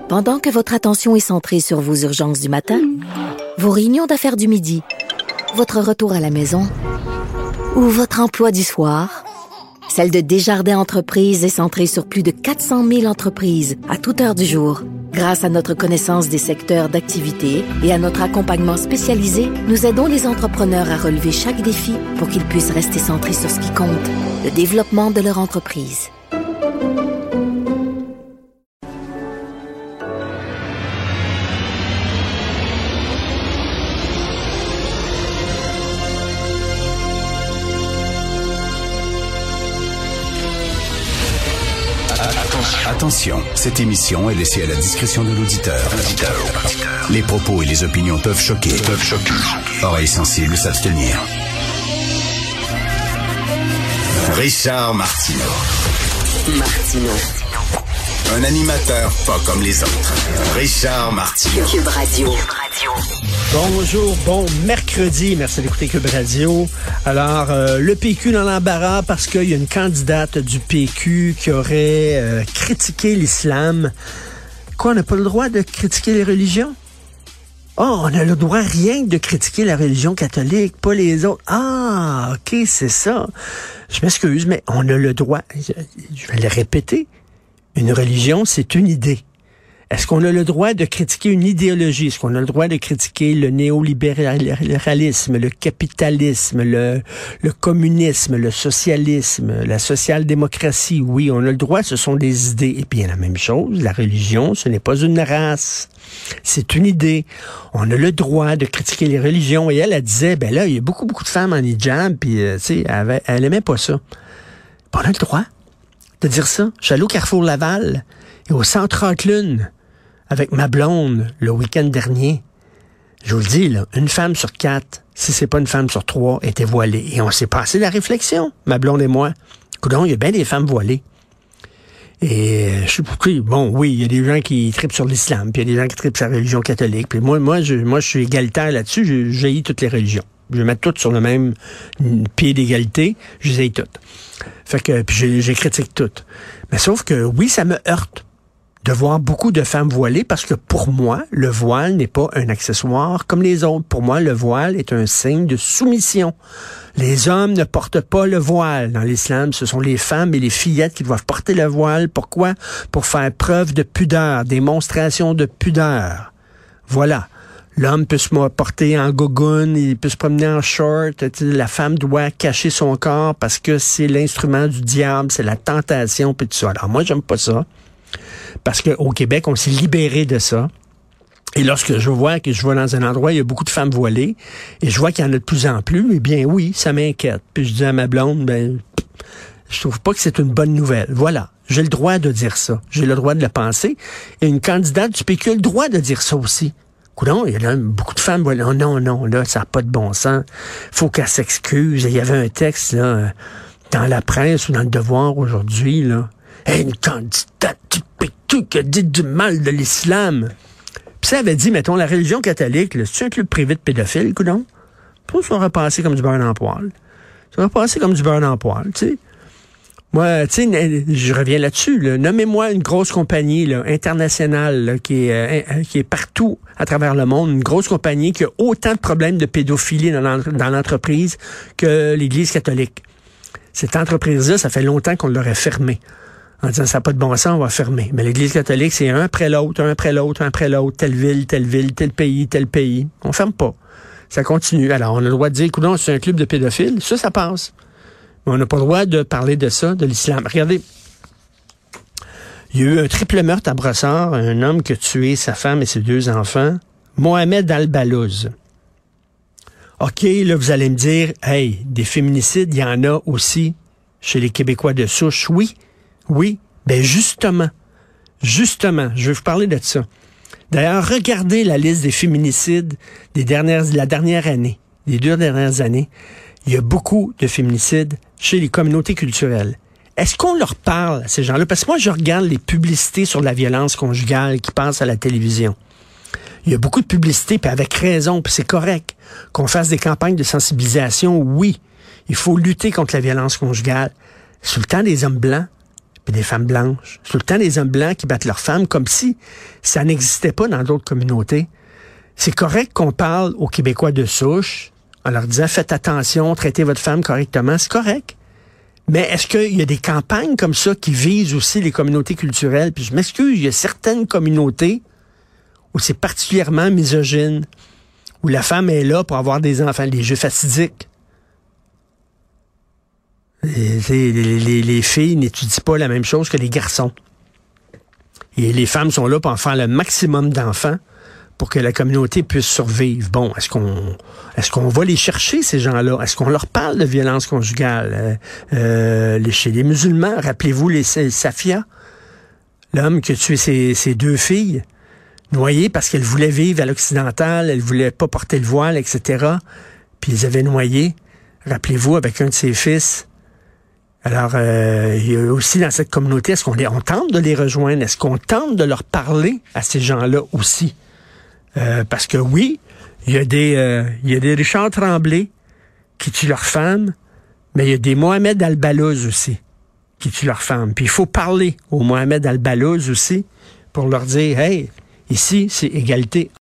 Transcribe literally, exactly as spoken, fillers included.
Pendant que votre attention est centrée sur vos urgences du matin, vos réunions d'affaires du midi, votre retour à la maison ou votre emploi du soir, celle de Desjardins Entreprises est centrée sur plus de quatre cent mille entreprises à toute heure du jour. Grâce à notre connaissance des secteurs d'activité et à notre accompagnement spécialisé, nous aidons les entrepreneurs à relever chaque défi pour qu'ils puissent rester centrés sur ce qui compte, le développement de leur entreprise. Attention, cette émission est laissée à la discrétion de l'auditeur. Les propos et les opinions peuvent choquer. Peuvent choquer. Oreilles sensibles s'abstenir. Richard Martineau. Martineau. Un animateur pas comme les autres. Richard Martineau. Cube Radio. Bonjour, bon mercredi. Merci d'écouter Cube Radio. Alors, euh, le P Q dans l'embarras parce qu'il y a une candidate du P Q qui aurait euh, critiqué l'islam. Quoi, on n'a pas le droit de critiquer les religions? Oh, on a le droit rien de critiquer la religion catholique, pas les autres. Ah, OK, c'est ça. Je m'excuse, mais on a le droit. Je, je vais le répéter. Une religion, c'est une idée. Est-ce qu'on a le droit de critiquer une idéologie? Est-ce qu'on a le droit de critiquer le néolibéralisme, le capitalisme, le, le communisme, le socialisme, la social-démocratie? Oui, on a le droit, ce sont des idées. Et bien la même chose, la religion, ce n'est pas une race. C'est une idée. On a le droit de critiquer les religions. Et elle, elle disait, ben là, il y a beaucoup, beaucoup de femmes en hijab, puis, euh, tu sais, elle, elle aimait pas ça. Ben, on a le droit de dire ça. Je suis allé au Carrefour Laval et au Centre Anglune avec ma blonde le week-end dernier. Je vous le dis, là, une femme sur quatre, si c'est pas une femme sur trois, était voilée. Et on s'est passé la réflexion, ma blonde et moi. Coudonc, il y a bien des femmes voilées. Et je suis pris, bon, oui, il y a des gens qui trippent sur l'islam, puis il y a des gens qui trippent sur la religion catholique. Puis moi, moi, je, moi, je suis égalitaire là-dessus, je jaillis toutes les religions. Je vais mettre toutes sur le même pied d'égalité, je les ai toutes. Fait que, puis j'ai, j'ai critique toutes. Mais sauf que, oui, ça me heurte de voir beaucoup de femmes voilées parce que pour moi, le voile n'est pas un accessoire comme les autres. Pour moi, le voile est un signe de soumission. Les hommes ne portent pas le voile dans l'islam. Ce sont les femmes et les fillettes qui doivent porter le voile. Pourquoi? Pour faire preuve de pudeur, démonstration de pudeur. Voilà. L'homme peut se porter en gogoune, il peut se promener en short. La femme doit cacher son corps parce que c'est l'instrument du diable, c'est la tentation, puis tout ça. Alors moi, j'aime pas ça. Parce qu'au Québec, on s'est libéré de ça. Et lorsque je vois que je vais dans un endroit, il y a beaucoup de femmes voilées, et je vois qu'il y en a de plus en plus, eh bien oui, ça m'inquiète. Puis je dis à ma blonde, ben, je trouve pas que c'est une bonne nouvelle. Voilà. J'ai le droit de dire ça. J'ai le droit de le penser. Et une candidate du P Q a le droit de dire ça aussi. Coudonc, il y a là beaucoup de femmes, voilà, non, non, là, ça n'a pas de bon sens. Faut qu'elle s'excuse. Il y avait un texte, là, dans la presse ou dans le Devoir aujourd'hui, là. Hey, une candidate du P Q qui a dit du mal de l'islam. Puis ça avait dit, mettons, la religion catholique, là, c'est un club privé de pédophiles, coudonc. Puis ça aurait passé comme du beurre dans le poêle. Ça aurait passé comme du beurre dans le poêle, tu sais. Moi, tu sais, je reviens là-dessus. Là. Nommez-moi une grosse compagnie là, internationale là, qui, est, euh, qui est partout à travers le monde, une grosse compagnie qui a autant de problèmes de pédophilie dans, dans l'entreprise que l'Église catholique. Cette entreprise-là, ça fait longtemps qu'on l'aurait fermée. En disant, ça n'a pas de bon sens, on va fermer. Mais l'Église catholique, c'est un après l'autre, un après l'autre, un après l'autre, telle ville, telle ville, tel pays, tel pays. On ferme pas. Ça continue. Alors, on a le droit de dire, écoute, c'est un club de pédophiles. Ça, ça passe. Mais on n'a pas le droit de parler de ça, de l'islam. Regardez, il y a eu un triple meurtre à Brossard, un homme qui a tué sa femme et ses deux enfants, Mohamed Al-Balouz. OK, là, vous allez me dire, hey, des féminicides, il y en a aussi chez les Québécois de souche. Oui, oui, ben justement, justement, je vais vous parler de ça. D'ailleurs, regardez la liste des féminicides des dernières, de la dernière année, des deux dernières années. Il y a beaucoup de féminicides chez les communautés culturelles. Est-ce qu'on leur parle à ces gens-là? Parce que moi, je regarde les publicités sur la violence conjugale qui passent à la télévision. Il y a beaucoup de publicités, puis avec raison, puis c'est correct qu'on fasse des campagnes de sensibilisation. Oui, il faut lutter contre la violence conjugale. Sous le temps des hommes blancs, Il y a des femmes blanches. C'est tout le temps des hommes blancs qui battent leurs femmes comme si ça n'existait pas dans d'autres communautés. C'est correct qu'on parle aux Québécois de souche en leur disant « Faites attention, traitez votre femme correctement », c'est correct. Mais est-ce qu'il y a des campagnes comme ça qui visent aussi les communautés culturelles? Puis je m'excuse, il y a certaines communautés où c'est particulièrement misogyne, où la femme est là pour avoir des enfants, les jeux fastidiques. Les, les, les, les filles n'étudient pas la même chose que les garçons. Et les femmes sont là pour en faire le maximum d'enfants pour que la communauté puisse survivre. Bon, est-ce qu'on est-ce qu'on va les chercher, ces gens-là? Est-ce qu'on leur parle de violence conjugale? Euh, euh, les, chez les musulmans, rappelez-vous les Safia, l'homme qui a tué ses, ses deux filles, noyées parce qu'elles voulaient vivre à l'occidental, elles voulaient pas porter le voile, et cetera. Puis ils avaient noyé, rappelez-vous, avec un de ses fils. Alors, euh, il y a aussi dans cette communauté, est-ce qu'on les, on tente de les rejoindre? Est-ce qu'on tente de leur parler à ces gens-là aussi? Euh, parce que oui, il y a des euh, il y a des Richard Tremblay qui tuent leurs femmes, mais il y a des Mohamed Al-Balouz aussi qui tuent leurs femmes. Puis il faut parler aux Mohamed Al-Balouz aussi pour leur dire, hey, ici, c'est égalité